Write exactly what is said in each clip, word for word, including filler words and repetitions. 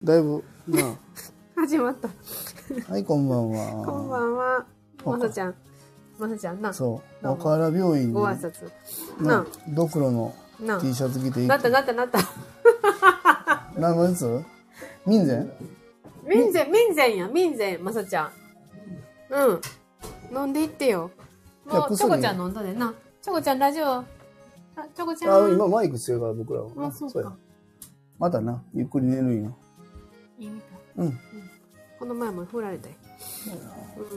だいぶな。 始まった。 はい、こんばんは。 こんばんは。まさちゃん。まさちゃんな。 そう。若原病院に。 ご挨拶。 な。ドクロの T シャツ着てなったなったなった。 何のやつ？民膳？ 民膳、民膳や、民膳、まさちゃん。うん。飲んでいってよ。もう、チョコちゃん飲んだでな。チョコちゃんラジオ。あ、チョコちゃん。 あ、今マイクしてるから僕らは。 あ、そうか。 またな、ゆっくり寝るんよ。 いいみたい。 うん。 この前も振られたよ。うん。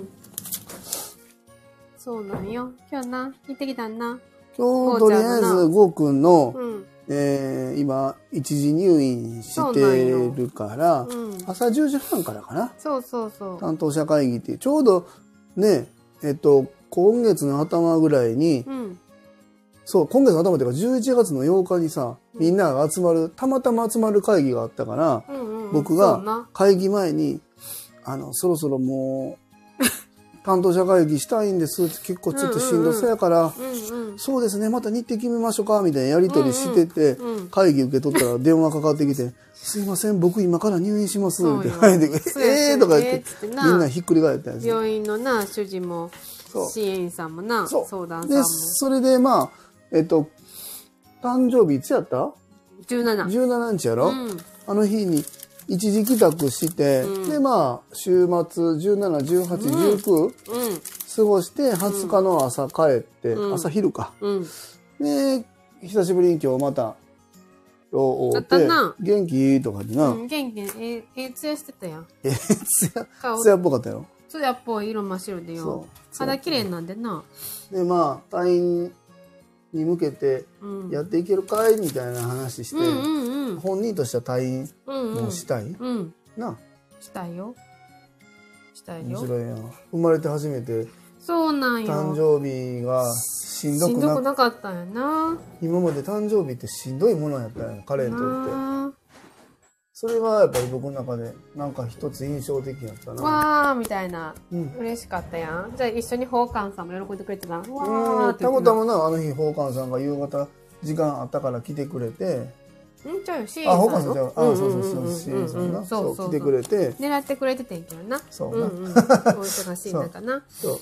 そうなんよ。今日な、行ってきたんな。 今日とりあえずゴーくんの、えー、今一時入院してるから、うん、朝じゅうじはんからかな。 そうそうそう。 担当者会議ってちょうどね、えっと今月の頭ぐらいに、うん、そう今月の頭っていうかじゅういちがつのようかにさ、みんなが集まるたまたま集まる会議があったから、うんうんうん、僕が会議前にあのそろそろもう担当者会議したいんですって結構ちょっとしんどそうやから、うんうん、そうですねまた日程決めましょうかみたいなやり取りしてて、うんうん、会議受け取ったら電話かかってきて「すいません僕今から入院します」って書いて「ええ」とか言ってみんなひっくり返ったやつ。 病院のな主治も支援員さんもな相談さんも。 でそれでまあえっと誕生日いつやった？ じゅうしち。 じゅうしちにちやろ、うん、あの日に一時帰宅して、うん、でまあ週末じゅうしち、じゅうはち、じゅうく、うん、過ごしてはつかの朝帰って、うん、朝昼か、うん、で久しぶりに今日またおおって元気とかでな、 うん、元気ええつやしてたやん。 ええつやつやっぽかったよ。 つやっぽい色真っ白でよ。肌綺麗なんでな。 でまあ退院に向けてやっていけるかいみたいな話して、うんうんうん、本人としては退院もしたい、うんうん、なしたいよしたいよ。 面白いやん。生まれて初めてそうなんよ誕生日がしんどく な, しんどくなかったんやな。 今まで誕生日ってしんどいものやったんや彼にとって。それがやっぱり僕の中でなんか一つ印象的やったな。 わーみたいな、うん、嬉しかったやん。じゃあ一緒に宝冠さんも喜んでくれてた。わーってたまたまなあの日宝冠さんが夕方時間あったから来てくれて。 んちゃうよ、シーンさん。あ、宝冠さんちゃう。あ、そうそうそう、シーンさんな。そうそう来てくれて。 狙ってくれててんけどな。 そうな。お忙しい中な。 そう。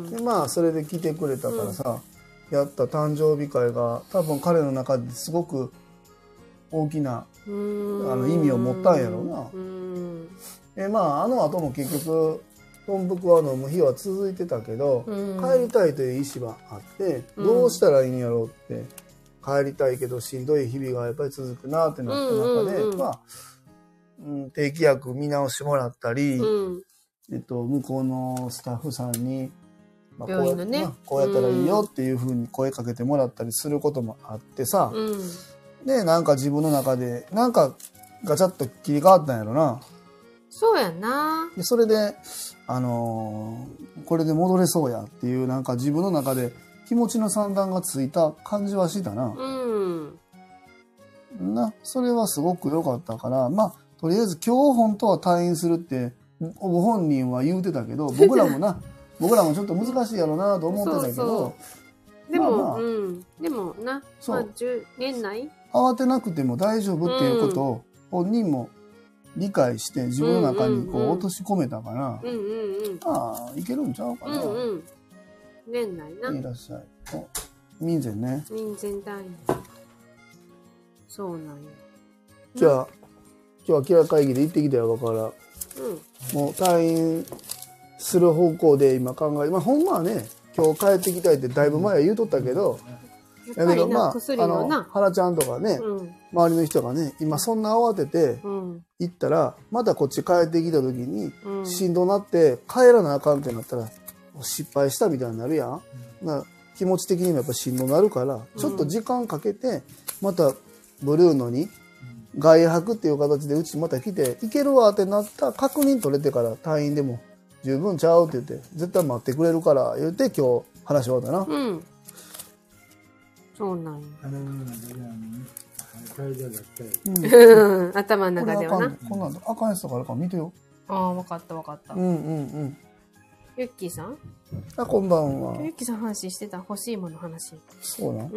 でまあそれで来てくれたからさ、やった誕生日会が多分彼の中ですごく大きなあの意味を持ったんやろうな。えまああの後も結局豚腹は飲む日は続いてたけど帰りたいという意思はあってどうしたらいいんやろうって帰りたいけどしんどい日々がやっぱり続くなってなった中でまあ、うん、定期薬見直してもらったり、うんえっと、向こうのスタッフさんに、まあ、こうや、ねまあ、こうやったらいいよっていうふうに声かけてもらったりすることもあってさ、うんで、なんか自分の中で、なんかガチャッと切り替わったんやろな。 そうやな。 で、それで、あのー、これで戻れそうやっていう、なんか自分の中で気持ちの算段がついた感じはしたな。うん。な、それはすごく良かったから、まあ、とりあえず今日本当は退院するって、ご本人は言うてたけど、僕らもな、僕らもちょっと難しいやろうなと思ってたけど、そうそうでも、まあまあ、うん。でもな、まあ、年内慌てなくても大丈夫っていうことを本人も理解して自分の中にこう落とし込めたから、うんうんうん、ああいけるんちゃうかな。うんうん、 年内な。 いらっしゃい。民膳ね。 民膳退院。そうなんや。 じゃあ今日はキラ会議で行ってきたよから、うん、もう退院する方向で今考え、まあほんまはね今日帰ってきたいってだいぶ前は言うとったけど。だけどまあ、あの、原ちゃんとかね、うん、周りの人がね、今そんな慌てて行ったら、またこっち帰ってきた時に、しんどなって帰らなあかんってなったら、失敗したみたいになるやん。まあ、気持ち的にもやっぱしんどなるから、ちょっと時間かけて、またブルーノに外泊っていう形でうちまた来て、行けるわってなったら確認取れてから退院でも十分ちゃうって言って、絶対待ってくれるから言って今日話し終わったな。 うんそうなんや。頭の中ではな。 こんなんあかんやつとかあるから見てよ。 ああ、わかったわかった。 うんうんうん。 ゆっきーさん？ あ、こんばんは。 ゆっきーさん話してた欲しいもの話。 そうな。 うん。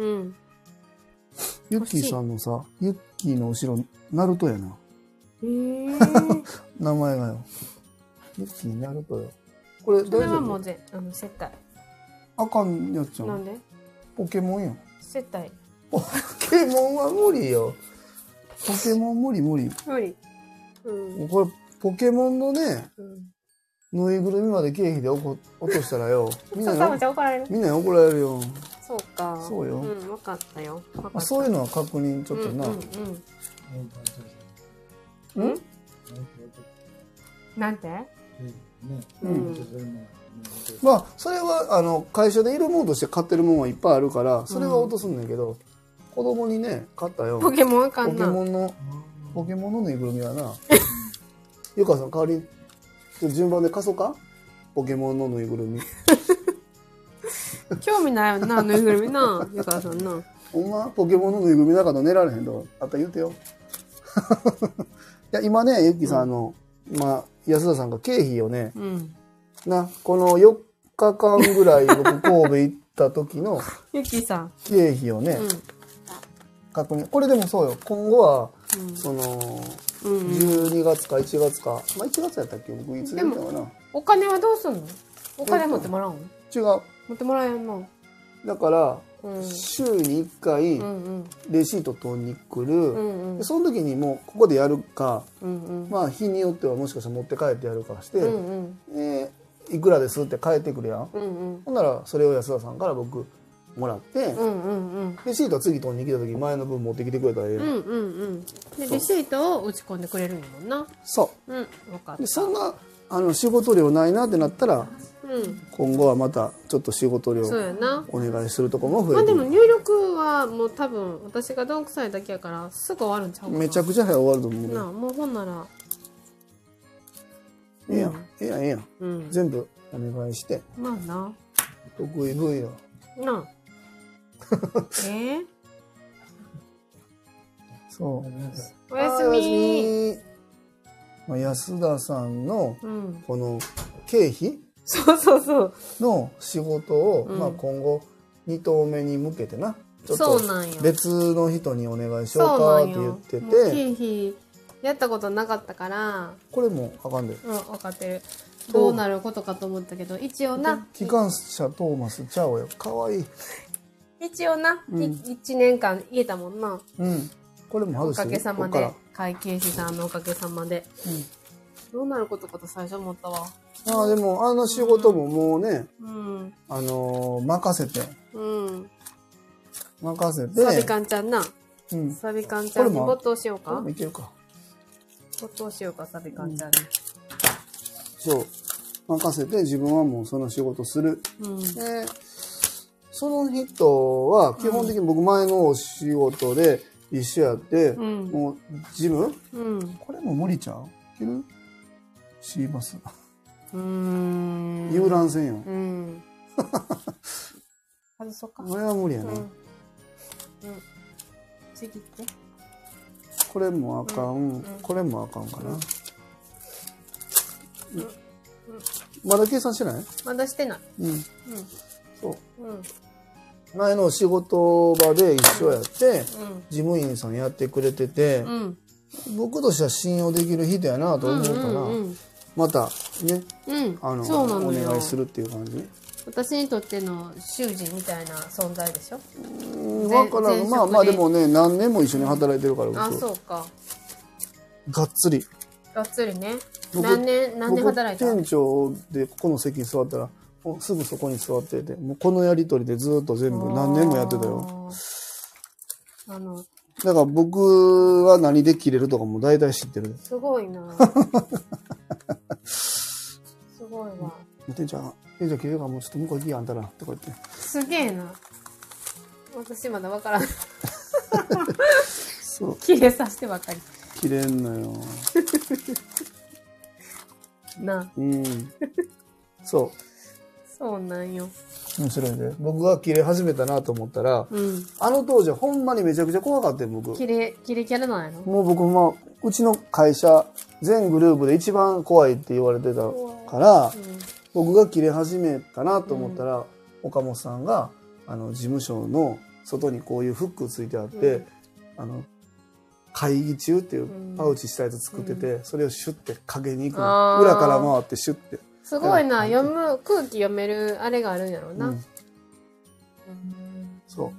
ゆっきーさんのさ、ゆっきーの後ろナルトやな。 えー、 名前がよ。ユッキーになるとよ。これ大それは丈夫？ もうぜ、あの、接待。 あかんやつやん。 なんでポケモンやん。 接待。 ポケモンは無理よ。ポケモン無理無理。 無理。うん。 これ、ポケモンのね、 うんぬいぐるみまで経費で落としたらよ。みんなそう、サムちゃん怒られる。 みんなに怒られるよ。 そうか。 そうよ。 うん、分かったよ。分かった。 あ、そういうのは確認ちょっとな。 うん、うん、うん。んなんてうん。 まあ、それは、あの、会社でいるものとして買ってるものはいっぱいあるから、それは落とすんだけど、子供にね、買ったよ。 ポケモンあかポんな。 ケモンの、ポケモンのぬいぐるみはな。ゆかさん、代わりに、順番で貸そうか？ポケモンのぬいぐるみ。 興味ないよな、ぬいぐるみな。ゆかさんな。 ほんまポケモンのぬいぐるみの中で寝られへんと。あったら言うてよ。いや、今ね、ゆきさん、あの、まあ、安田さんが経費をね、 うん。 な、このよっかかんぐらい僕神戸行った時のゆきさん。 経費をね、 うん。 確認。これでもそうよ。今後は、 うんその、 うんうんじゅうにがつかいちがつか、まあいちがつやったっけ僕いつ行ったかな。 お金はどうすんの？お金持ってもらうの？ 違う。 持ってもらえんの？ だから、 うん。 週にいっかいうんうん。 レシート取りに来る、 うんうん。 でその時にもうここでやるか、 うんうん。 まあ日によってはもしかしたら持って帰ってやるかして、 うんうん。 でいくらですって帰ってくるやん。 うんうん。 ほんならそれを安田さんから僕もらって、 うんうんうん。 レシートは次取りに来た時前の分持ってきてくれたらええやん。 うんうんうん。で、レシートを打ち込んでくれるんやもんな。 そうん。分かっう。でた。 そんなあの仕事量ないなってなったら、 うん。 今後はまたちょっと仕事量そうやな。 お願いするとこも増えてくる。 まあでも入力はもう多分私がどんくさいだけやからすぐ終わるんちゃうかな。 めちゃくちゃ早く終わると思うね。 なあ、もうほんなら。 ええやん、 うんええやん、ええやん。 うん。 全部お願いして。 まあな。 得意分野。 なあ。えー、 そう。 おやすはいおやすみ。 み。まあ、安田さんのうん。 この経費そうそうそう。 の仕事を、 うんまあ今後に棟目に向けてな、ちょっとそうなんよ。 別の人にお願いしようそうかってなんよ。 言ってもうて、 経費やったことなかったから、 これもあかんで。 うん、分かってる。どうなることかと思ったけど、一応な、 機関車トーマスちゃおよ。かわいい。 一応な、 うんい一年間言えたもんな。 うん。これもおか外してげさまでこっから。。 会計士さんのおかげさまで。どうなることかと最初思ったわ。 うん、ああ、でもあの仕事ももうね、 うん。 あのー任せて、 うん。 任せて。 サビカンちゃんな。 うん。 サビカンちゃんにこれも没頭しようこれかもいけるか。 没頭しようか、サビカンちゃんに。 そう。任せて自分はもうその仕事する。 うん。 で、その人は基本的に僕前のお仕事で一緒やって、 うん。 もうジムうん。 これも無理ちゃう？いける？シーバス。 うーん。 遊覧船やん。 うん。外そうか。 これは無理やな。 うん。うん。次って。 これもあかん。 うんこれもあかんかな。 うんまだ計算してない？ まだしてない。 うん。 うん。 そう。 うん。 前の仕事場で一緒やって、 うん。 事務員さんやってくれてて、 うん。 僕としては信用できる人やなと思うから、 うん。 またね、 うん。 あの、 そうなのよ。 お願いするっていう感じ。 私にとっての囚人みたいな存在でしょ。 うん、わからん。まあまあでもね、何年も一緒に働いてるから、僕あ、そうか。 がっつり。 がっつりね。 僕何年、何年働いた？ 僕店長でここの席に座ったら、もうすぐそこに座ってて、もうこのやりとりでずっと全部何年もやってたよ。 あーあの、 だから僕は何で切れるとかも大体知ってる。 すごいな。すごいわ。 店長、店長切れるからもうちょっと向こう行きやあんたら、とか言って。 すげえな。私まだわからん。 そう、 切れさせてばっかり。 切れんのよ。 な。 うん。そう。 そうなんよ。 面白いで。僕が切れ始めたなと思ったら、 うん。 あの当時はほんまにめちゃくちゃ怖かったよ、僕。 切れ、切れキャラなんやろ？ もう僕、まあ、うちの会社、全グループで一番怖いって言われてたから、僕が切れ始めたなと思ったら、岡本さんが、あの、事務所の外にこういうフックついてあって、あの、 会議中っていうパウチしたやつ作ってて、うん、それをシュッて影に行くの。裏から回ってシュッて。 すごいな、読む、空気読めるあれがあるんやろうな。うん、 そう。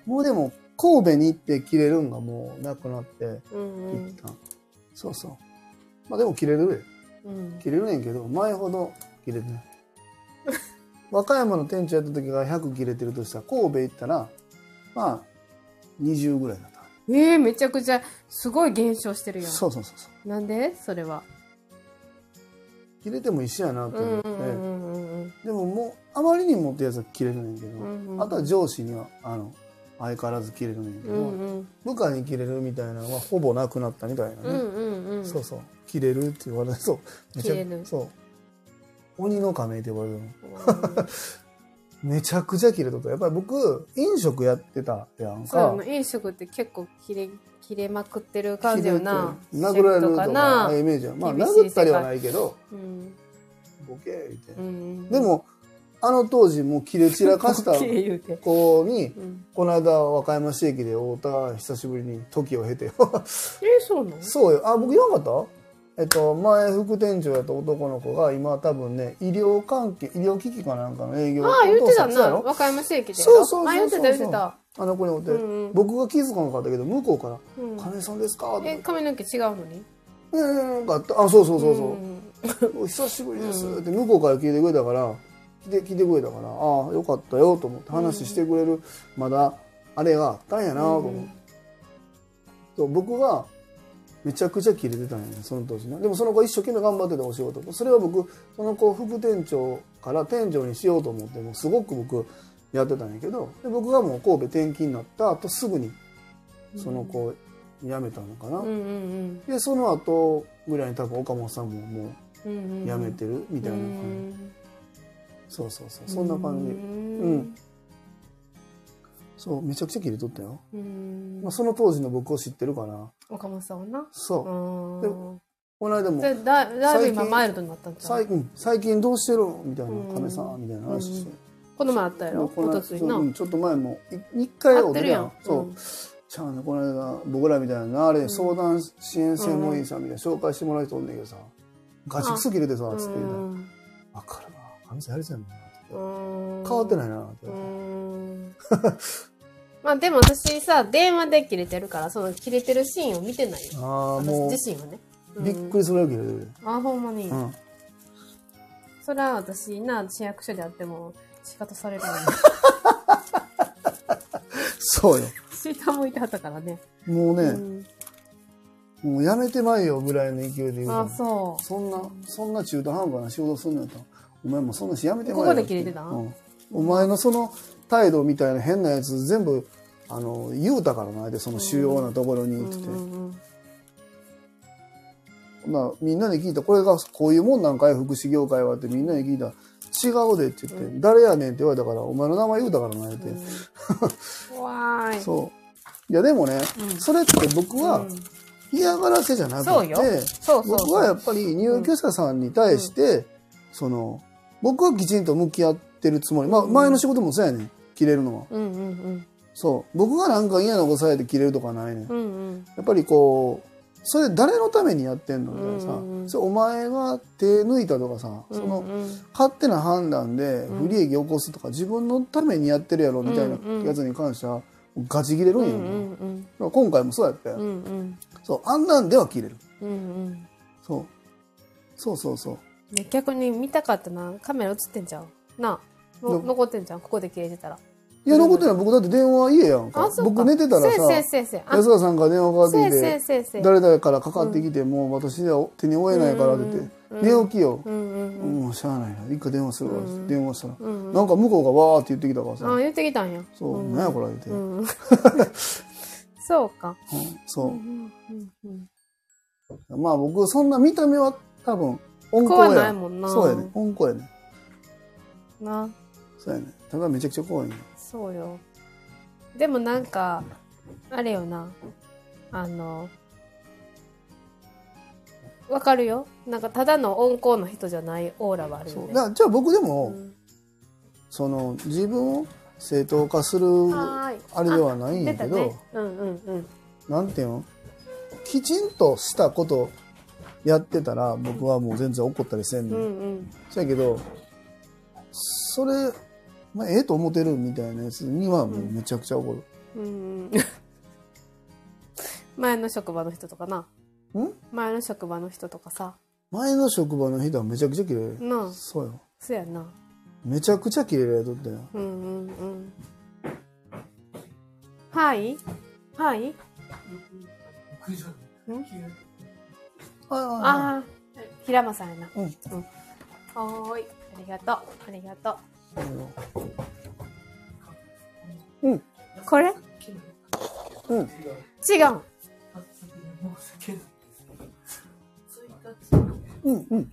もうでも、神戸に行って切れるんがもうなくなって、うんうん、一旦。そうそう。まあでも切れるで。うん、切れるねんけど、前ほど切れてない。和歌山の店長やった時がひゃく切れてるとしたら、神戸行ったら、まあ、にじゅうぐらいだった。 ええー、めちゃくちゃ、すごい減少してるやん。 そうそうそうそう。 なんでそれは。 切れても一緒やなと思って。でももう、あまりにもってやつは切れるねんけど、うんうん、あとは上司には、あの、相変わらず切れるねんけど、うんうん、部下に切れるみたいなのはほぼなくなったみたいなね。うんうんうん、そうそう。切れるって言われる。そう。めちゃくちゃ、そう。鬼の仮名って言われるの。めちゃくちゃ切れとった。やっぱり僕、飲食やってたやんか。 そう、飲食って結構切れ、切れまくってる感じよな。 殴られるとか、ああいうイメージは。まあ、殴ったりはないけど、うん、ボケーみたいな。うん、でも、あの当時もう切れ散らかした子に、うん、この間和歌山市駅で会うた久しぶりに時を経て。えー、 そうなの？ そうよ。あ、僕言わなかった？えっと、前副店長やった男の子が今多分ね、医療関係、医療機器かなんかの営業。 ああ、言ってたな。和歌山市駅で。 そうそうそうそう。 あ、言ってた言ってた。 あの子におって、うんうん、僕が気づかなかったけど、向こうから、うん、金井さんですか？ え、髪の毛違うのに？ うん、かった。あ、そうそうそうそう。うん、久しぶりですって向こうから聞いてくれたから、聞いて、聞いてくれたから、ああ、よかったよと思って話してくれる、うん、まだ、あれがあったんやなと思って。うん、そう僕が、めちゃくちゃキレてたんやね、その当時ね。でもその子一生懸命頑張ってたお仕事。それは僕、その子副店長から店長にしようと思って、もうすごく僕やってたんやけど、で僕がもう神戸転勤になった後すぐにその子辞めたのかな。うんうんうん、で、その後ぐらいに多分岡本さんももう辞めてるみたいな感じ。うんうん、そうそうそう、そんな感じ。うん。そう、めちゃくちゃ切れとったよ。まあ、その当時の僕を知ってるかな。 岡本さんはな。 そう。でこの間も。 だだいぶ今マイルドになったんちゃう？ 最近、最近どうしてるみたいな、亀さんみたいな話して。 この前あったやろ？おとついな。 ちょっと前も、一回おってるやん。そう。ちゃうね、この間、僕らみたいな、あれ、相談支援専門員さんみたいな紹介してもらう人おんねんけどさ、ガチクソ切れてさ、つって。わかるわ。亀さんやりそうやもんな。変わってないなって。 まあでも私さ、電話で切れてるから、その切れてるシーンを見てないよ。ああ、もう。私自身はね。 びっくりするよ、切れてる。 あ、ほんまに。うん。それは私な、市役所であっても仕方されるよね。 そうよ。 下向いてはったからね。 もうね、うん、もうやめてまいよぐらいの勢いで言う。 あ、そう。 そんな、そんな中途半端な仕事すんのやったら、お前もそんなしやめてまいよ。 ここで切れてた？ うん。お前のその態度みたいな変なやつ全部、あの、言うたからな、で、その主要なところに行ってて。まあ、みんなで聞いた、これがこういうもんなんかい、福祉業界はってみんなに聞いた、違うでって言って、うん、誰やねんって言われたから、お前の名前言うたからな、って。 怖い。 そう。いや、でもね、うん、それって僕は嫌がらせじゃなくて、そうよ。そうそうそう、僕はやっぱり入居者さんに対して、うん、その、僕はきちんと向き合ってるつもり。まあ、前の仕事もそうやねん。切れるのは。うんうんうん、そう。僕がなんか嫌なことされて切れるとかないねん。うんうん、やっぱりこう、それ誰のためにやってんのみたいなさ、うんうん、それお前が手抜いたとかさ、うんうん、その勝手な判断で不利益起こすとか、自分のためにやってるやろみたいなやつに関してはガチ切れるんよ、うんうんうん、今回もそうやったよ、うんうん、そうあんなんでは切れる、うんうん、そうそうそうそう、 ね、逆に見たかったな、カメラ映ってんじゃんな、の残ってんじゃん、ここで切れてたら。 いや、残ってない。僕だって電話家やんか。僕寝てたらさ、安川さんが電話かかってきて、誰々からかかってきて、もう私では手に負えないからって言って、寝起きよ。もうしゃあないな。一回電話するわ。電話したら。なんか向こうがわーって言ってきたからさ。 あ、言ってきたんや。 そう。何やこれ言って。 そうか。 そう。まあ僕、そんな見た目は多分、温厚や。怖ないもんな。そうやね。温厚やね。な。そうやね。ただめちゃくちゃ怖いね。 そうよ。でもなんか、あれよな。あの、わかるよ。なんかただの温厚な人じゃないオーラはあるよね。 だじゃあ僕でも、うん、その自分を正当化するあれではないんやけど、ね、うんうんうん、 なんていうの、きちんとしたことやってたら僕はもう全然怒ったりせんの、うんうん、そやけどそれ、まあ、ええと思ってるみたいなやつにはもうめちゃくちゃ怒る、うんうん、 前の職場の人とかな、ん前の職場の人とかさ、 前の職場の人はめちゃくちゃキレるな。そうよ、 そうやな、めちゃくちゃキレられとったよ。 うんうんうん。はいはい。ああ、平間さんやな。うん。うん、はーい、ありがとう、ありがとう。うん。これ？うん。違う。 うんうん。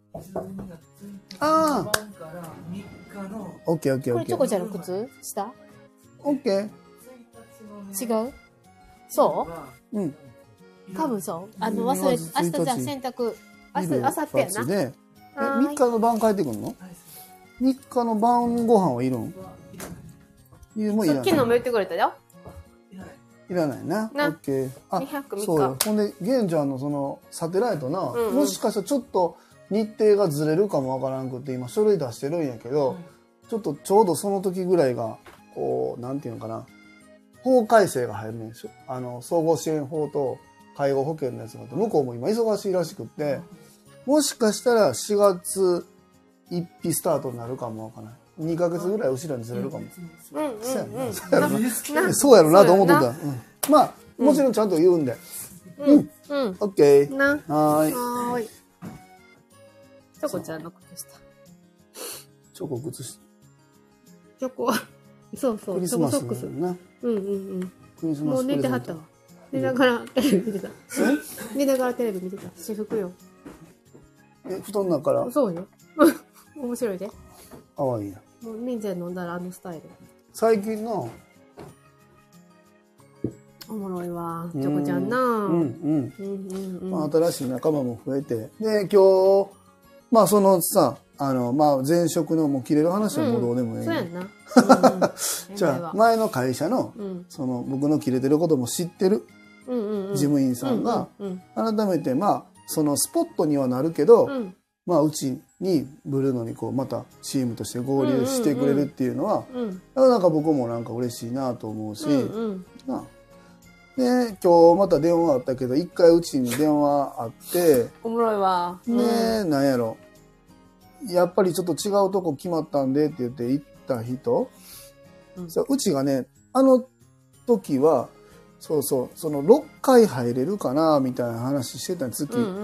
ああ。オッケーオッケーオッケー。 これチョコちゃんの靴下？ オッケー。 違う？そう？うん。多分そう。あの、忘れ、明日じゃあ洗濯、明日、明後日やな。 え、みっかの晩帰ってくるの？ みっ 日の晩ご飯はいるん？ もういらない。昨日も言ってくれたよ。 いらないな。オッケー。あ、そうよ。ほんで、玄ちゃんのその、サテライトな、うんうん、もしかしたらちょっと日程がずれるかもわからんくて、今書類出してるんやけど、うん、ちょっとちょうどその時ぐらいが、こう、なんていうのかな、法改正が入るんでしょ。あの、総合支援法と、介護保険のやつがあって、向こうも今忙しいらしくって、もしかしたらしがつついたちスタートになるかもわからない。にかげつぐらい後ろにずれるかも。そうやろなと思ってた。うん、まあ、もちろんちゃんと言うんで。うん。うん。オッケー。はーい。はーい。 チョコちゃんの靴下。 チョコ靴下。 チョコ。そうそう。 クリスマスな。うんうんうん。クリスマス。もう寝てはったわ。寝ながらテレビ見てた。寝ながらテレビ見てた。私服よ。 え、布団の中から？ そうよ。面白いで。 かわいいや。 もうミンゼ飲んだらあのスタイル。 最近の。 おもろいわ。チョコちゃんな。うんうんうん。まあ新しい仲間も増えて、で今日まあそのさ、あのまあ前職のもう切れる話はもうどうでもいい。そうやんな。じゃあ前の会社のその僕の切れてることも知ってる。事務員さんが改めてまあそのスポットにはなるけど、うん、まあうちにブルーノにこうまたチームとして合流してくれるっていうのは、うんうんうん、なんか僕もなんか嬉しいなと思うし、うんうん、なで今日また電話あったけど一回うちに電話あっておもろいわ。 ね、うん、なんやろやっぱりちょっと違うとこ決まったんでって言って行った人、うん、うちがねあの時はそうそう、そのろっかい入れるかなみたいな話してた月、うんうんうん、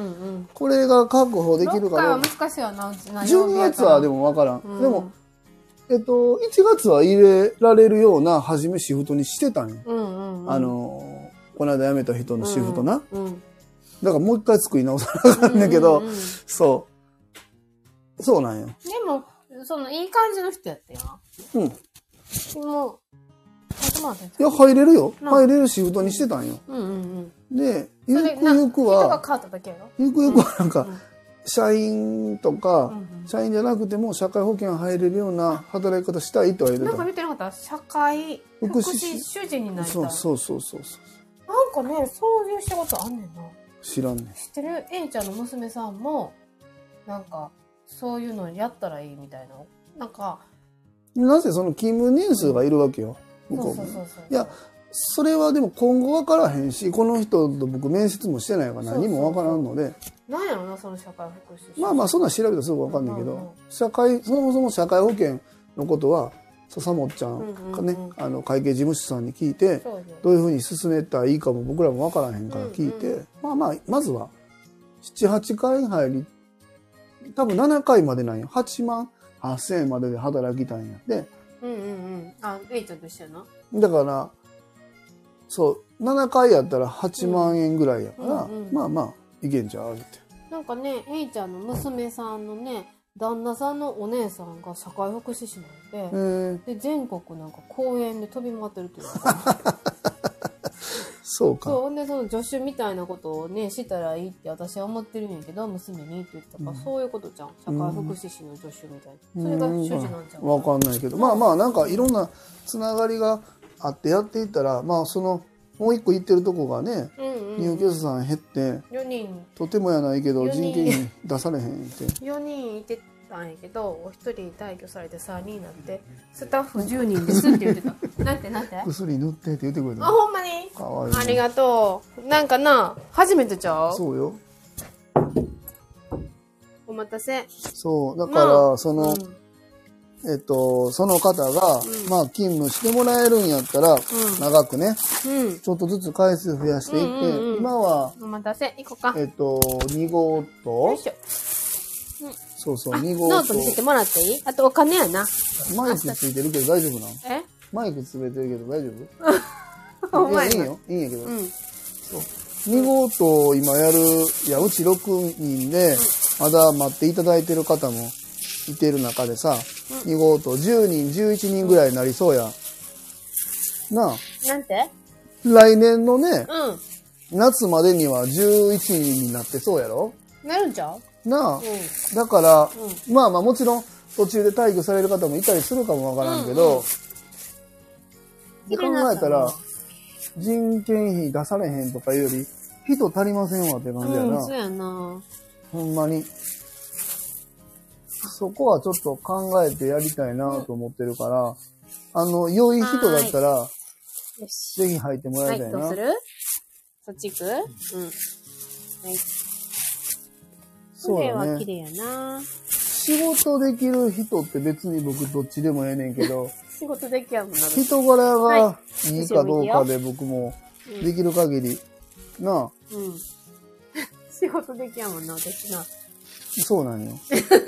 これが確保できるかな。 ろっかいは難しいわな。 じゅうがつはでもわからん、うん、でもえっといちがつは入れられるような初めシフトにしてたんよ、うんうんうん、あのこの間辞めた人のシフトな、うんうん、だからもう一回作り直さなあかんねんけど、うんうんうん、そうそうなんよ。でもそのいい感じの人やったよ。うんもういや、入れるよ。入れるシフトにしてたんよ。うんうんうん、で、ゆくゆくは、ゆくゆくはなんか、社員とか、社員じゃなくても社会保険入れるような働き方したいって言われてた。 なんか見てなかった？社会福祉主事になりたい。 そうそうそうそう。 なんかね、そういう仕事あんねんな。 知らんねん。知ってる？Aちゃんの娘さんも、なんか、そういうのやったらいいみたいな。なんか、 なぜその勤務年数がいるわけよ。そうそうそうそういやそれはでも今後分からへんしこの人と僕面接もしてないから何も分からんので何やろなその社会福祉まあまあそんなん調べたらすぐ分かんないけど、うんうん、社会そもそも社会保険のことは笹本ちゃんがね、うんうんうん、あの会計事務所さんに聞いてどういうふうに進めたらいいかも僕らも分からへんから聞いて、うんうん、まあまあまずはななはちかい入り多分ななかいまでなんよはちまんはっせんえんまでで働きたいんやでうんうんうん。あ、エイちゃんと一緒やな。 だから、そう、ななかいやったらはちまんえんぐらいやから、うんうんうん、まあまあ、いけんちゃうって。 なんかね、エイちゃんの娘さんのね、旦那さんのお姉さんが社会福祉士なんで、で、全国なんか公園で飛び回ってるっていうか。 そうか。 そう。で、その助手みたいなことをね、したらいいって私は思ってるんやけど、娘にって言ったから、うん、そういうことじゃん。社会福祉士の助手みたいな。それが主事なんじゃん。 わかんないけど。まあまあ、なんかいろんなつながりがあってやっていったら、まあその、 もう一個行ってるとこがね、 うんうん、 入居者さん減って、 よにんとてもやないけど人件費出されへんって。 よにんいてたんやけど、お一人退去されてさんにんになって、スタッフじゅうにんですって言ってた。なんてなんて薬塗ってって言ってくれた。 あ、ほんまにかわいい、ね。 ありがとう。なんかな、初めてちゃう？ そうよ。 お待たせ。 そう。だから、まあ、その、うんえっと、その方が、うん、まあ、勤務してもらえるんやったら、うん、長くね、うん、ちょっとずつ回数増やしていって、うんうんうん、今は、 お待たせ、行こうか。 えっと、に号と、 よいしょ。 うん、そうそう、に号と。 ノート見せてもらっていい？あとお金やな。 マイクついてるけど大丈夫なの？ え？ マイクつめてるけど大丈夫？いや、いいよ。いいんやけど。うん、そう。に号と今やる、いや、うちろくにんで、まだ待っていただいてる方も、いてる中でさ、うん、に号とじゅうにん、じゅういちにんぐらいになりそうや。なあ。 なんて？ 来年のね、 うん、 夏までにはじゅういちにんになってそうやろ？ なるんちゃう？ なあ。 うん、 だから、うん、まあまあもちろん途中で退去される方もいたりするかもわからんけど、うんうん、考えたら、人件費出されへんとかいうより、人足りませんわって感じやな。 うん、そうやな。 ほんまに。そこはちょっと考えてやりたいなと思ってるから、うん、あの、良い人だったら、ぜひ入ってもらいたいな。 はい、どうする？そっち行く？うん。はい。 そうだね。 は綺麗やな。 仕事できる人って別に僕どっちでもええねんけど、 仕事できやんもんな。 人柄がいいかどうかで僕もできる限り、うん、なあ。 うん。仕事できやんもんな、私な。 そうなんよ。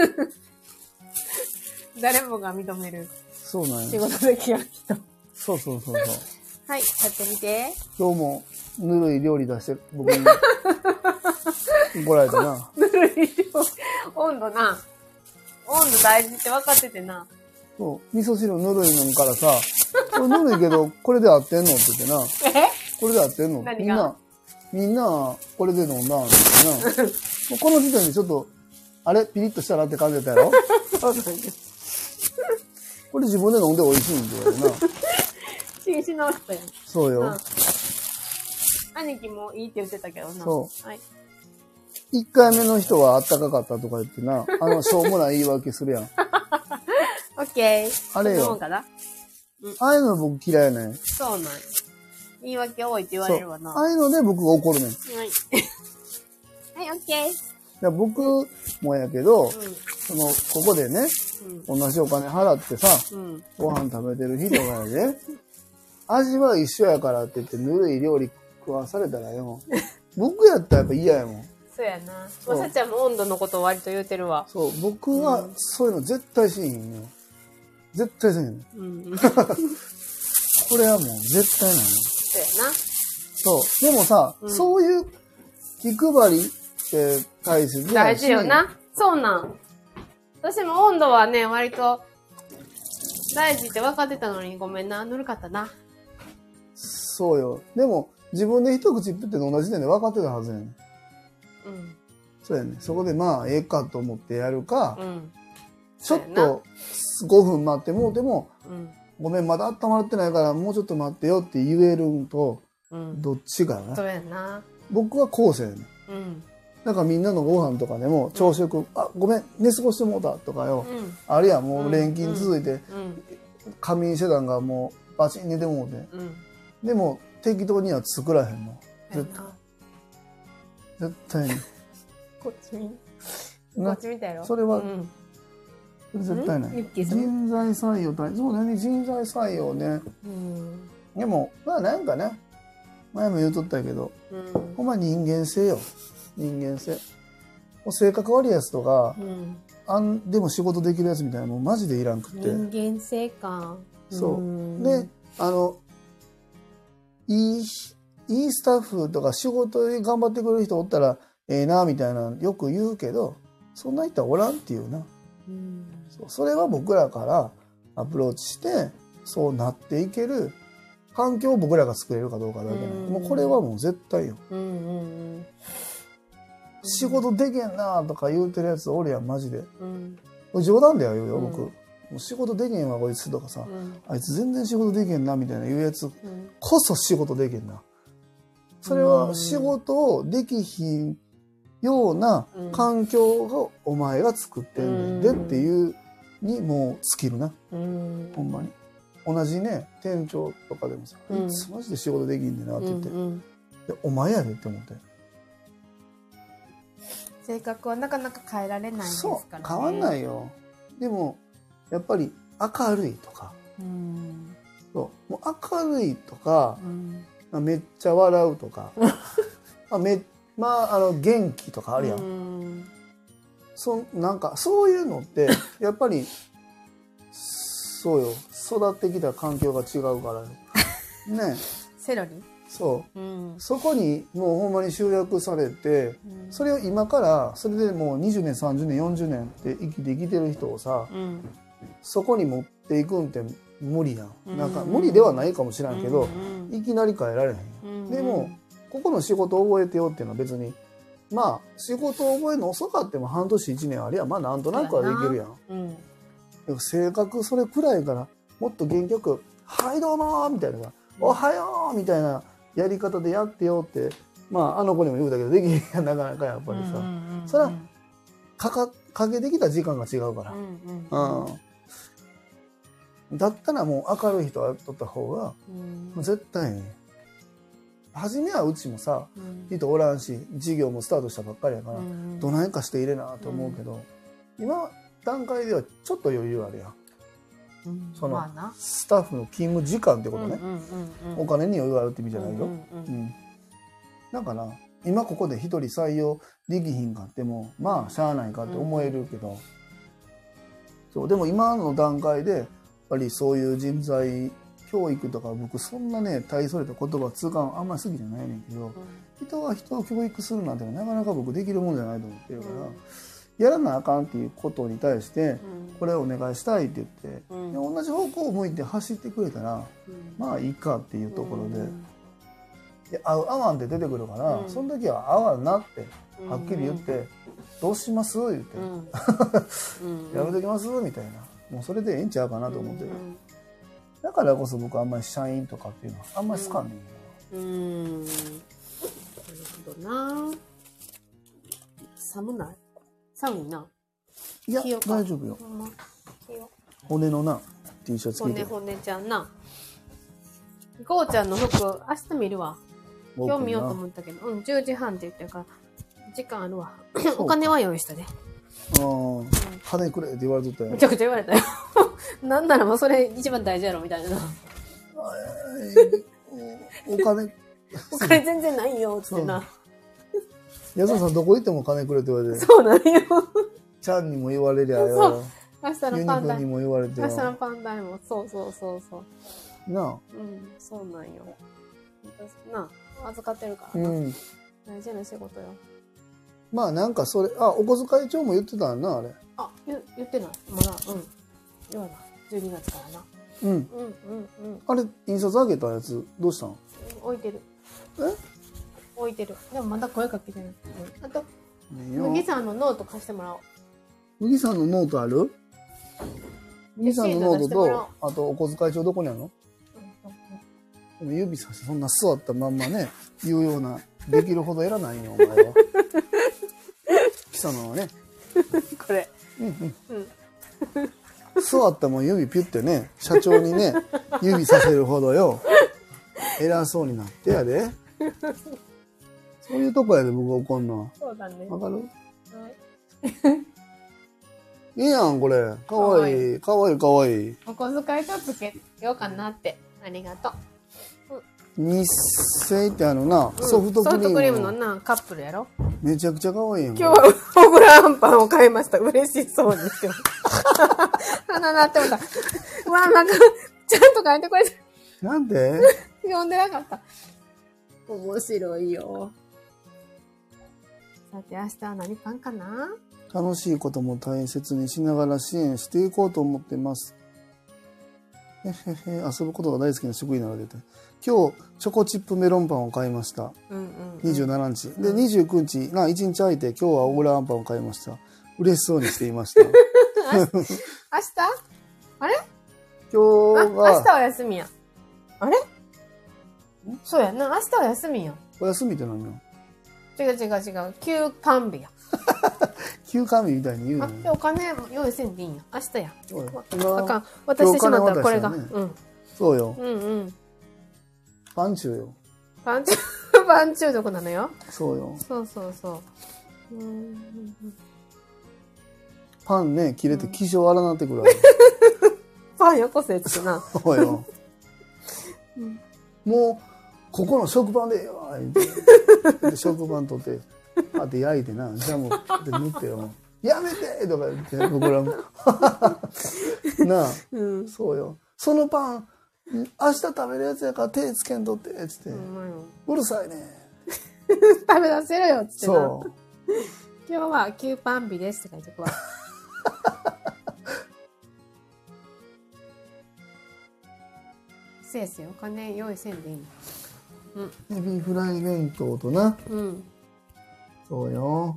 誰もが認める。 そうなんよ。 仕事できやん人。 そうそうそうそう。 はい、やってみて。 今日もぬるい料理出して僕に怒られたな。 ぬるい料理。温度な。温度大事って分かっててな。 そう。味噌汁ぬるいのからさ、これぬるいけど、これで合ってんのって言ってな。 え？ これで合ってんの？ 何が？ みんな、みんな、これで飲んだんって言ってな。もうこの時点でちょっと、あれピリッとしたなって感じだったやろ？ そうなんです。 これ自分で飲んで美味しいんだよな。 紳士直したやん。 そうよ、うん。 兄貴もいいって言ってたけどな。 そう。 はい。 一回目の人はあったかかったとか言ってな、あの、しょうもない言い訳するやん。 オッケー。 あれよ。 かな、 うん、ああいうの僕嫌いねん。 そうなん。言い訳多いって言われるわな。 ああいうので僕が怒るねん。はい。 はい、オッケー。 いや僕もやけど、うん、その、ここでね、うん、同じお金払ってさ、うん、ご飯食べてる人がね、味は一緒やからって言ってぬるい料理食わされたらよ。僕やったらやっぱ嫌やもん。 そうやな。まさちゃんも温度のこと割と言うてるわ。 そう、僕はそういうの絶対しへんよ。絶対せへん。うん、これはもう絶対なの。 そうやな。 そう。でもさ、うん、そういう気配りって大切だ大事よな。そうなん。私も温度はね、割と大事って分かってたのにごめんな。ぬるかったな。 そうよ。でも自分で一口プって同じ時点で分かってたはずやねん。うん。そうやね。そこでまあ、ええかと思ってやるか、うん、ちょっとごふん待ってもうても、うん、ごめん、まだ温まってないからもうちょっと待ってよって言えるんと、うん、どっちかな。 そうやな。 僕は後世やねん。うん。なんかみんなのご飯とかでも朝食、うん、あ、ごめん、寝過ごしてもうたとかよ。うん、あるいはもう連勤続いて、仮眠してたんがもうバチン寝てもうて。うん、でも適当には作らへんの。絶対。絶対に。 こっち見。こっち見たやろ。 それは、うん、それ絶対ない。人材採用大そうだね、人材採用ね。うん、でも、まあなんかね、前も言うとったけど、うん、ほんま人間性よ。人間性。性格悪いやつとか、うん、あんでも仕事できるやつみたいなもうマジでいらんくって。 人間性か。 そう。うん、で、あの、いい、いいスタッフとか仕事で頑張ってくれる人おったらええなみたいなよく言うけど、そんな人はおらんっていうな。うん、そうそれは僕らからアプローチしてそうなっていける環境を僕らが作れるかどうかだけな、うん、もうこれはもう絶対よ。うんうんうん、仕事できへんなとか言うてるやつおるやんマジで。うん、冗談では言うよ僕。うん、もう仕事できへんわこいつとかさ、うん、あいつ全然仕事できへんなみたいな言うやつこそ仕事できへんな。 それは仕事をできひんような環境をお前が作ってんねんでっていうにもう尽きるな。ほんまに。同じね、店長とかでもさ、いつマジで仕事できんねんなって言って、でお前やでって思って。 性格はなかなか変えられないですからね。 そう、変わんないよ。でも、やっぱり明るいとか、 うんそうもう明るいとか、 うん、 めっちゃ笑うとか、まあ、めまあ、あの元気とかあるやん。うん、そなんかそういうのってやっぱりそうよ、育ってきた環境が違うからね。 セロリそう、 うん、 そこにもうほんまに集約されて、うん、それを今からそれでもうにじゅうねんさんじゅうねんよんじゅうねんって生きてきてる人をさ、うん、そこに持っていくんって無理やん、うん、なんか無理ではないかもしれんけど、うん、いきなり変えられへん、うん、でもここの仕事を覚えてよっていうのは別にまあ仕事を覚えるの遅かっても半年いちねんありゃまあなんとなくはできるやん、うん、でも性格それくらいからもっと元気よく「はいどうも」みたいな「おはよう」みたいなやり方でやってよってまああの子にも言うたけどできへんやんなかなかやっぱりさ、それはかかかけてきた時間が違うから、うんうん、だったらもう明るい人がとった方が、うん、絶対に初めはうちもさ、うん、人おらんし事業もスタートしたばっかりやから、うん、どないかして入れなと思うけど、うん、今段階ではちょっと余裕あるやん。うん、その、まあ、スタッフの勤務時間ってことね、お金に余裕あるって意味じゃないよ。だから今ここで一人採用できひんかってもまあしゃあないかって思えるけど、うん、そうでも今の段階でやっぱりそういう人材教育とか僕そんなね大それた言葉通感あんまり好きじゃないねんけど、うん、人は人を教育するなんてなかなか僕できるもんじゃないと思ってるから。うん、やらなあかんっていうことに対してこれをお願いしたいって言って、うん、同じ方向を向いて走ってくれたら、うん、まあいいかっていうところで、うん、で合う合わんって出てくるから、うん、その時は合わんなってはっきり言って、うん、どうします言って、うん、やめときますみたいな、もうそれでええんちゃうかなと思ってる、うん、だからこそ僕あんまり社員とかっていうのはあんまり好かんねんけど、うん、なるほどな。寒ない？寒いな。 いや大丈夫よ。骨のな T シャツ着て。 骨骨ちゃんな。ゴーちゃんの服明日見るわ。今日見ようと思ったけど、うんじゅうじはんって言ってるから時間あるわ。お金は用意したで。ああ、うん、金くれって言われとったよ。 めちゃくちゃ言われたよ。なんならもうそれ一番大事やろみたいな。 お金お金全然ないよってな。 安田さんどこ行っても金くれって言われて。 そうなんよ。 ちゃんにも言われりゃよ。 明日のパンダにも言われてよ。 明日のパンダにもそうそうそうそう。 なあ。 うん、そうなんよ。なあ、預かってるからな。うん、大事な仕事よ。 まあなんかそれ、あ、お小遣い帳も言ってたんな、あれ。 あ、言言ってない。まだ、うん。言わな。じゅうにがつからな。 うん。うんうんうん。あれ、印刷あげたやつ、どうしたん？ 置いてる。え？置いてる。でもまだ声かけてない。あと、麦さんのノート貸してもらおう。 麦さんのノートある？麦さんのノートと、あとお小遣い帳どこにあるの？でも指さしてそんな座ったまんまね、言うような、できるほどやらないよ、お前は。貴様はね。 これ。 うんうん。うん、座ったもん指ピュってね、社長にね、指させるほどよ。偉そうになってやで。そういうとこやで僕怒んの。 そうだね。 わかる？はい。いいやん、これ。かわいい。かわいい、かわいい。 お小遣い帳つけようかなって。ありがとう。 日清ってあのな、うん、ソフトクリーム。ソフトクリームのな、カップルやろ？ めちゃくちゃかわいいやん。 今日は小倉あんパンを買いました。嬉しそうにしてます。鼻鳴ってもた。うわ、なんか、ちゃんと書いてくれてる。なんで？ 読んでなかった。面白いよ。さて明日は何パンかな？ 楽しいことも大切にしながら支援していこうと思ってます。へへへ、遊ぶことが大好きな職員なので、今日チョコチップメロンパンを買いました。うんうんうん、にじゅうしちにち。で、にじゅうくにちがいちにち空いて、今日は小倉あんパンを買いました。嬉しそうにしていました。明日？あれ？ 今日は。 明日は休みや。あれ？そうやな、明日は休みや。 お休みって何よ。 違う違う違う。休館日や。 休館日みたいに言うのあ、でお金用意せんでいいんや。明日や。 今あかん。渡してしまったらこれが。 今日金渡したよねうん。 そうよ。 うんうん。 パンチューよ。 パンチ、パン中毒なのよ。 そうよ。 そうそうそう。うん。 パンね、切れて気性荒なってくるわ。 パンよこせっつってな。 そうよ。もう、ここの食パンでええわ、言って。で食パン取って、あって焼いてな、ジャムって塗ってよ。やめてとか言って、僕らも。なあ、うん、そうよ。そのパン、明日食べるやつやから手つけんとって、つって。うん、うるさいね。 食べ出せるよ、つってな。 そう。 今日は休パン日ですって書いてくわ。せいせいお金用意せんでいいの。 うん。エビフライ弁当とな。 うん。 そうよ。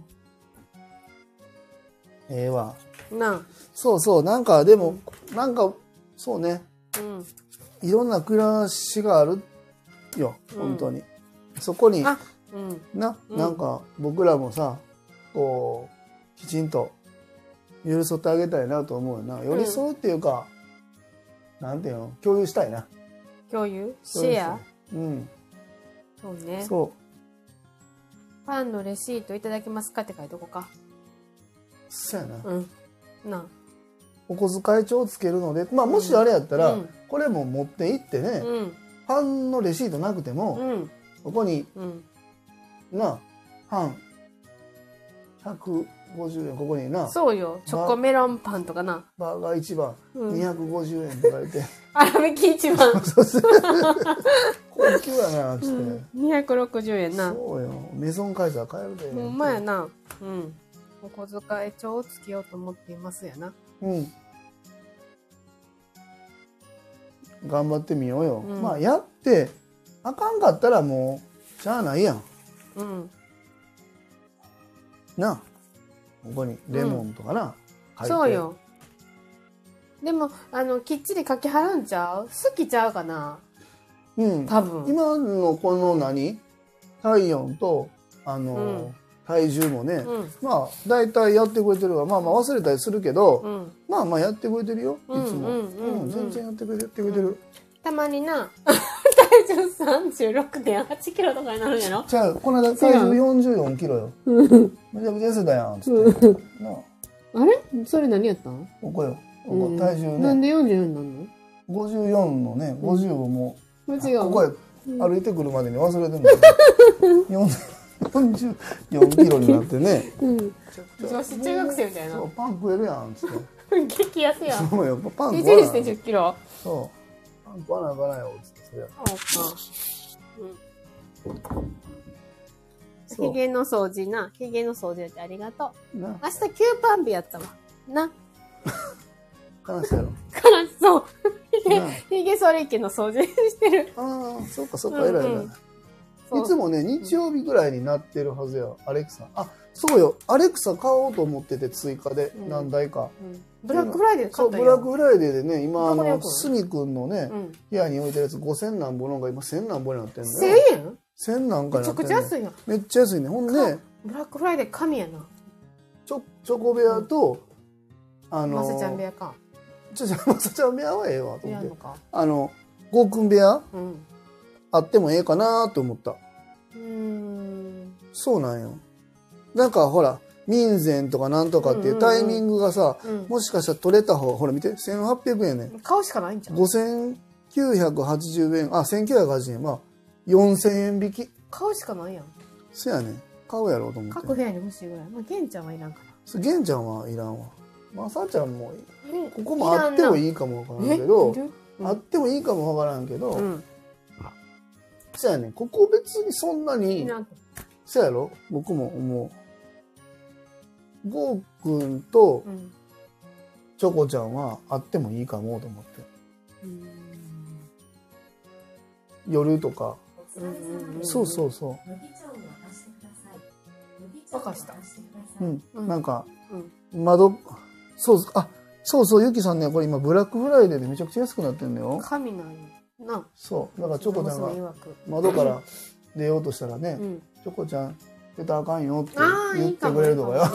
ええわ。 なあ。 そうそう。なんか、でも、うん、なんか、そうね。 うん。 いろんな暮らしがあるよ。本当に。うん、そこに、 あ、うん、 な、なんか、僕らもさ、こう、きちんと寄り添ってあげたいなと思うよな。寄り添うっていうか、うん、なんていうの、共有したいな。 共有シェアうん。 そうね。 そう。 パンのレシートいただけますかって書いとこうか。 そうやな。 うん。なあ。 お小遣い帳をつけるので、まあもしあれやったら、うん、これも持って行ってね、うん、パンのレシートなくても、うん、ここに、うん、な、パン、ひゃくごじゅうえん、ここにな。 そうよ。チョコメロンパンとかな。 バーガーいちばん、うん、にひゃくごじゅうえんとか言って。 粗挽きいちばん。 そうそう。高級やな、つって、うん。 にひゃくろくじゅうえんな。 そうよ。メゾンカイザー買えるで。 ほんまやな。うん。お小遣い帳をつけようと思っていますやな。 うん。頑張ってみようよ。うん、まあ、やって、あかんかったらもう、しゃあないやん。うん。なあ。ここにレモンとかな。 うん、そうよ。でも、あの、きっちり書き払うんちゃう？好きちゃうかな？うん。多分。 今のこの何？体温と、あの、うん、体重もね、うん、まあ、大体やってくれてるわ。まあまあ忘れたりするけど、うん、まあまあやってくれてるよ。いつも。うん、全然やってくれてる。うん、 たまにな、体重 さんじゅうろくてんはちキロとかになるんやろ？ じゃあ、この間体重よんじゅうよんキロよ。めちゃくちゃ痩せたやん、つって。なあれそれ何やったん？ ここよ。ここ体重ね。 なんでよんじゅうよんになるの？ ごじゅうよんのね、ごじゅうをもう、ここへ歩いてくるまでに忘れてるの。よんじゅうよんキロになってね。 女子中学生みたいな。 そう、パン食えるやん、つって。 激痩せやん。 そうよ、パン食わない。いちにしてじゅっキロ。 そう。パン食わなあかんないよ、つって。そりゃ。 そうか。ひげの掃除な。ひげの掃除やってありがとう。明日キューパン日やったわ。な。 悲しいやろ。 悲しそう。ひげ、ひげ剃り機の掃除してる。 ああ、そうかそうか、偉い偉い。いつもね、日曜日ぐらいになってるはずや、アレクサ。あ、そうよ。アレクサ買おうと思ってて、追加で、何台か。 ブラックフライデー買ったよ。そう、ブラックフライデーでね、今、あの、すみくんのね、部屋に置いてるやつごせんなんぼのが今せんなんぼになってんのよ。 せんえん？ せんなんかになってんの。 めちゃくちゃ安いやん。 めっちゃ安いね。ほんで、 ブラックフライデー神やな。 チョ、チョコ部屋と、あの、 まさちゃん部屋か。 ちょ、ちょ、まさちゃん部屋はええわ、と思って。あの、ゴーくん部屋あってもええかなと思った。うん、そうなんよ。なんかほら、民膳とかなんとかっていうタイミングがさ、うんうんうん、もしかしたら取れた方、ほら見て、せんはっぴゃくえんねん。 買うしかないんじゃん。 ごせんきゅうひゃくはちじゅうえん、あ、せんきゅうひゃくはちじゅうえん、まあ、よんせんえん引き。 買うしかないやん。 そやねん。買うやろうと思って。 各部屋に欲しいぐらい。まあ、玄ちゃんはいらんかな。 玄ちゃんはいらんわ。まさちゃんも、ここもあってもいいかもわからんけど、うん、あってもいいかもわからんけど、うんそやねん。ここ別にそんなに、そやろ僕も思う。ゴーくんと、チョコちゃんはあってもいいかもと思って。夜とか。そうそうそう。 沸かした。 うん。なんか、窓、そうそう、あ、そうそう、ゆきさんね、これ今ブラックフライデーでめちゃくちゃ安くなってんだよ。 神なんや。なそう。だからチョコちゃんが窓から出ようとしたらね、 うん、 チョコちゃん出たらあかんよってあー言ってくれるとかよ。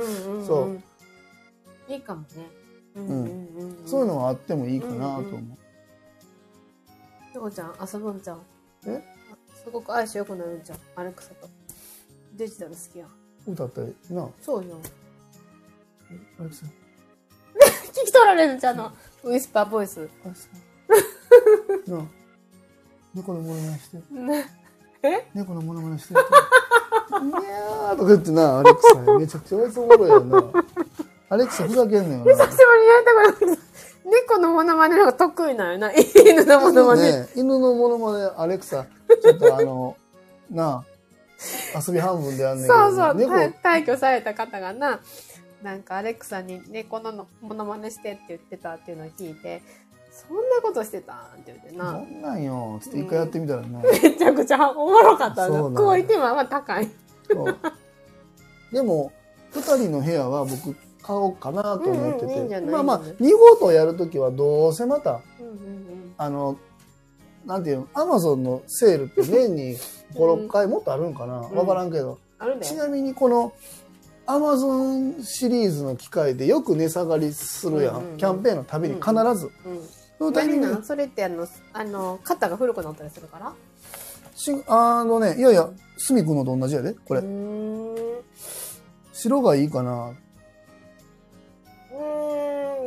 そういいかもね。 そういうのがあってもいいかなと思う。 チョコちゃん遊ぶんちゃう？ え？ すごく相性良くなるんちゃう？アレクサと。デジタル好きやん。 歌ったりな。 そうよ。 アレクサ。 聞き取られるんちゃうの？ウィスパーボイス。 なあ、猫のモノマネして。 え？ 猫のモノマネして。いやーとか言ってな、アレクサめちゃくちゃおやつおもろいよな。アレクサふざけんのよな。 久しぶりにやりたくない。猫のモノマネの方が得意なんよな。犬のモノマネ。 ね、犬のモノマネ、アレクサ、ちょっとあの、なあ、遊び半分でやんねんけど。 そうそう、 猫退去された方がな、なんかアレクサに猫のモノマネしてって言ってたっていうのを聞いて、そんなことしてたんって言ってな。 そんなんよ。ちょっと一回やってみたらな。 めちゃくちゃおもろかったな。クオリティもまあ高い。 でも、二人の部屋は僕買おうかなと思ってて。まあまあ、に号とやるときはどうせまた、あの、なんていうの、アマゾンのセールって年にご、ろっかいもっとあるんかなわからんけど。ちなみにこの、アマゾンシリーズの機械でよく値下がりするやん。キャンペーンのたびに必ず。 そのためにそれってあの、あの、肩が古くなったりするからしあのね、いやいや、スミ君のと同じやで、これ。白がいいかな。 うん、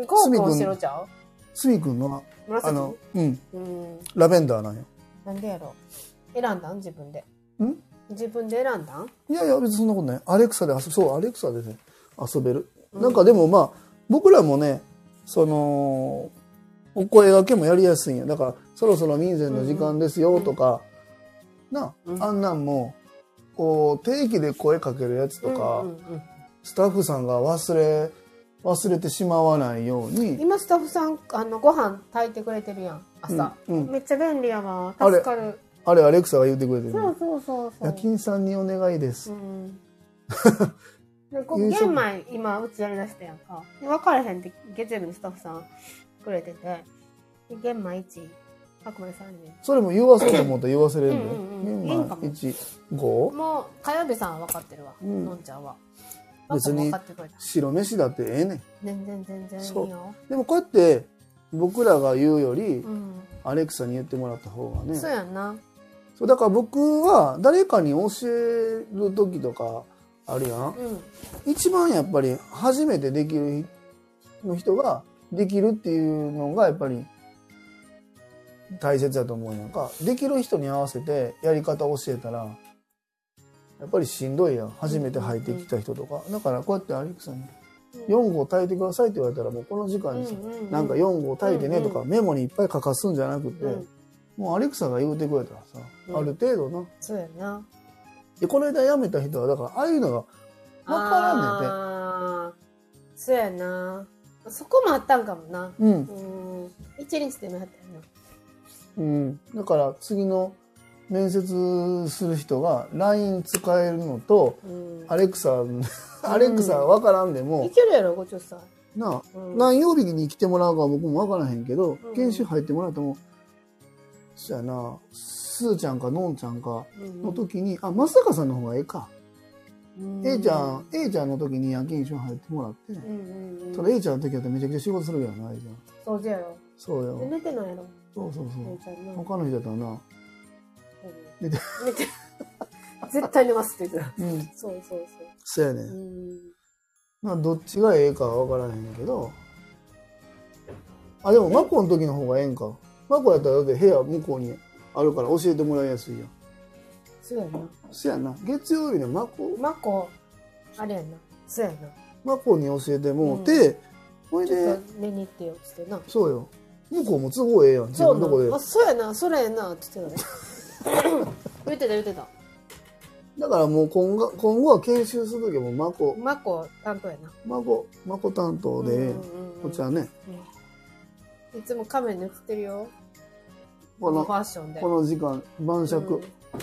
ゴー君白ちゃう？ スミ君の、あの、うん。 うん、 ラベンダーなんよ。 なんでやろ？選んだん自分で。 ん？ 自分で選んだん？ いやいや、別にそんなことない。アレクサで遊ぶ、そう、アレクサでね、遊べる。うん、なんかでもまあ、僕らもね、その、お声掛けもやりやすいんや。だから、そろそろ民前の時間ですよとか、うん、な、うん、あんなんも、こう、定期で声かけるやつとか、スタッフさんが忘れ、忘れてしまわないように。 今スタッフさん、あの、ご飯炊いてくれてるやん、朝。うんうん、めっちゃ便利やわ。助かる。 あれ、アレクサが言ってくれてる。 そうそうそうそう。 夜勤さんにお願いです。うんで玄米今うちやりだしたやんか。分からへんって月曜日にスタッフさんくれてて、玄米いち白米さんね。 それも言わせると思ったら言わせれるんで。玄米いち、ご？ もう火曜日さんは分かってるわ。うん、のんちゃんは。 別に白飯だってええねん。 全然全然いいよ。 でもこうやって僕らが言うより、うん、アレクサに言ってもらった方がね。 そうやんな。 そうだから僕は誰かに教える時とかあるやん、うん、一番やっぱり初めてできるの人ができるっていうのがやっぱり大切だと思うやんか。できる人に合わせてやり方を教えたらやっぱりしんどいやん。初めて入ってきた人とか。だからこうやってアレクサによん号炊いてくださいって言われたらもうこの時間にさ、なんかよん号炊いてねとかメモにいっぱい書かすんじゃなくて、もうアレクサが言うてくれたらさ、ある程度な。 そうやな。 で、この間辞めた人は、だから、ああいうのが分からんねんて。 ああ、そうやな。そこもあったんかもな。うん。うん。一日でもやったよな。 うん。だから、次の面接する人が ライン 使えるのと、うん、アレクサ、アレクサ分からんでも。 いけるやろ、ごちょさ。 なあ、うん、何曜日に来てもらうかは僕も分からへんけど、うん、研修入ってもらっても、そやな、すーちゃんかのんちゃんかの時に、うん、あ、松坂さんの方がええか。うん、A ちゃん、A ちゃんの時に夜勤一緒に入ってもらって、うんうん、それ A ちゃんの時だってめちゃくちゃ仕事するやんな、A ちゃん。 そうじゃよ。 そうよ。 寝てないやろ。 そうそうそう。他の人だったらな。うん、 寝て。寝て。絶対寝ますって言ってた。うん。そうそうそう。 そうやね。うん。まあ、どっちがええかは分からへんけど。あ、でも、マコの時の方がええんか。マコやったらだって部屋向こうにあるから教えてもらいやすいやん。 そうやな。 そうやな。月曜日のマコ。 マコ、あれやな。そうやな。 マコに教えてもうて、ほ、うん、いで。 寝に行ってよってな。 そうよ。向こうも都合ええやん。自分のとこで。 あ、そうやな。それやな。って言ってたね。言ってた言ってた。 だからもう今後今後は研修するときもマコ。 マコ担当やな。 マコ、マコ担当で、こちらね。 いつもカメラに映ってるよ。 このファッションで。 この時間、晩酌。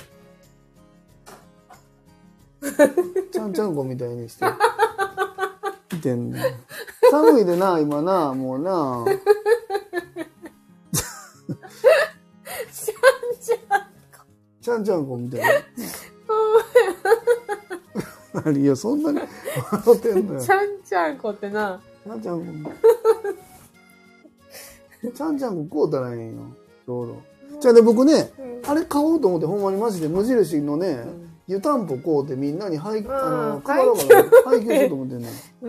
うん、ちゃんちゃんこみたいにして。見てんね。寒いでな、今な、もうな。 ちゃんちゃんこ。 ちゃんちゃんこみたいな。何いや、そんなに笑ってんのよ。 ちゃんちゃんこってな。 ちゃんちゃんこ。ちゃんちゃんこ買うたらええんよ。ちょうど。じゃあね、僕ね、 うん、 あれ買おうと思って、ほんまにマジで無印のね、 うん、 湯たんぽ買うてみんなに配、 うん、 あの、配ろうかな、配給しようと思ってんね。 うん。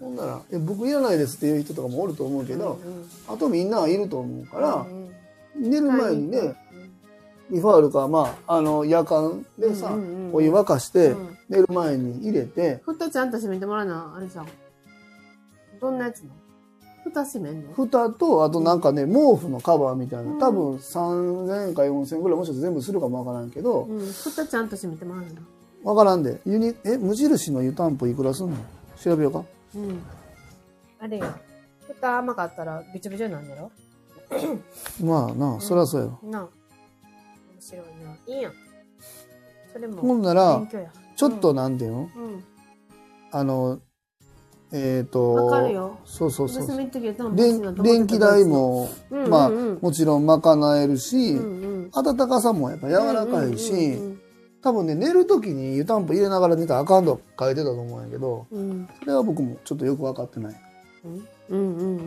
ほんなら、え、僕いらないですっていう人とかもおると思うけど、 うんうん、 あとみんなはいると思うから、 うんうん、 寝る前にね、リファールか、まあ、あの、夜間でさ、うんうんうん、お湯沸かして、うん、寝る前に入れて。 蓋ちゃんと閉めてもらうな、あれじゃん。どんなやつの蓋閉めんの？ 蓋と、あとなんかね、毛布のカバーみたいな。多分さんぜんえんかよんせんえんぐらいもしかして全部するかもわからんけど。 うん、蓋ちゃんと閉めてもらうの？ わからんで。ユニ、え、無印の湯たんぽいくらすんの？調べようか。 うん。あれよ。蓋甘かったらびちょびちょになんだろ？ まあな、うん、そりゃそうよ。 なあ。面白いな。いいやん。それも。 ほんなら、ちょっとなんていうの？ うん。 あの、えっと、 わかるよ。 そうそうそう。 電, 電気代も、うんうんうん、まあ、もちろん賄えるし、うんうん、温かさもやっぱ柔らかいし、うんうんうん、多分ね、寝る時に湯たんぽ入れながら寝たらあかんと書いてたと思うんやけど、うん、それは僕もちょっとよく分かってない。 うんうんうんうん。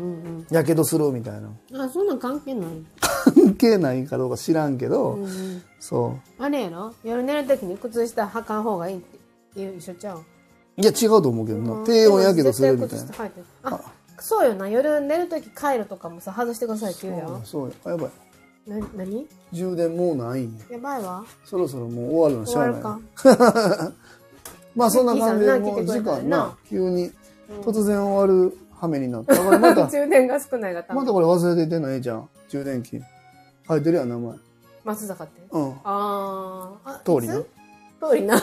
やけどするみたいな。 あ、そんなん関係ない。 関係ないかどうか知らんけど、うんうん、そう。 あれやろ？夜寝る時に靴下履かん方がいいって一緒ちゃう？ いや違うと思うけどな、うん、低温やけどするみたいな。 あ、そうよな、夜寝るときカイロとかもさ外してくださいって言うやん。 そうよ、やばい。 な、なに？ 充電もうないんや。 やばいわ。 そろそろもう終わるのしゃあない。終わるか。まあそんな感じでもう時間な、急に突然終わる羽目になった。これまた充電が少ないがたまたこれ忘れていてないじゃん。充電器。書いてるやん名前。 松坂って。 うん。 ああ。 通りな。 通りな。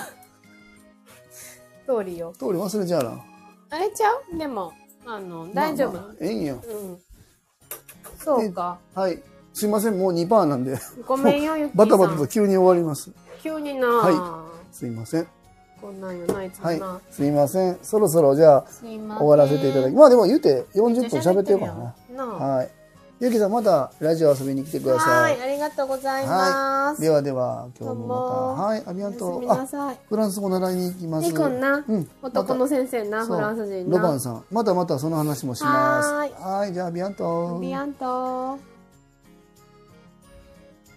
通りよ。 通り忘れちゃうな。 あれちゃう？でも、あの、大丈夫。まあまあ、 ええんや。うん。 そうか。 はい。すいません、もう にパーセント なんで。 ごめんよ、ゆきさん。 バタバタと急に終わります。 急にな。 はい。すいません。 こんなんよな、いつもな。 はい。すいません。そろそろじゃあ、終わらせていただき。まあでも言うてよんじゅっぷん喋ってるからな。はい。ゆきさんまたラジオ遊びに来てください。 はい、ありがとうございます。 ではでは、今日もまた。はい、ありがとう。あ、フランス語習いに行きます。 いいこんな。うん。男の先生な、フランス人な。 ロバンさん。またまたその話もします。はい。はい、じゃあ、ビアント。 ビアント。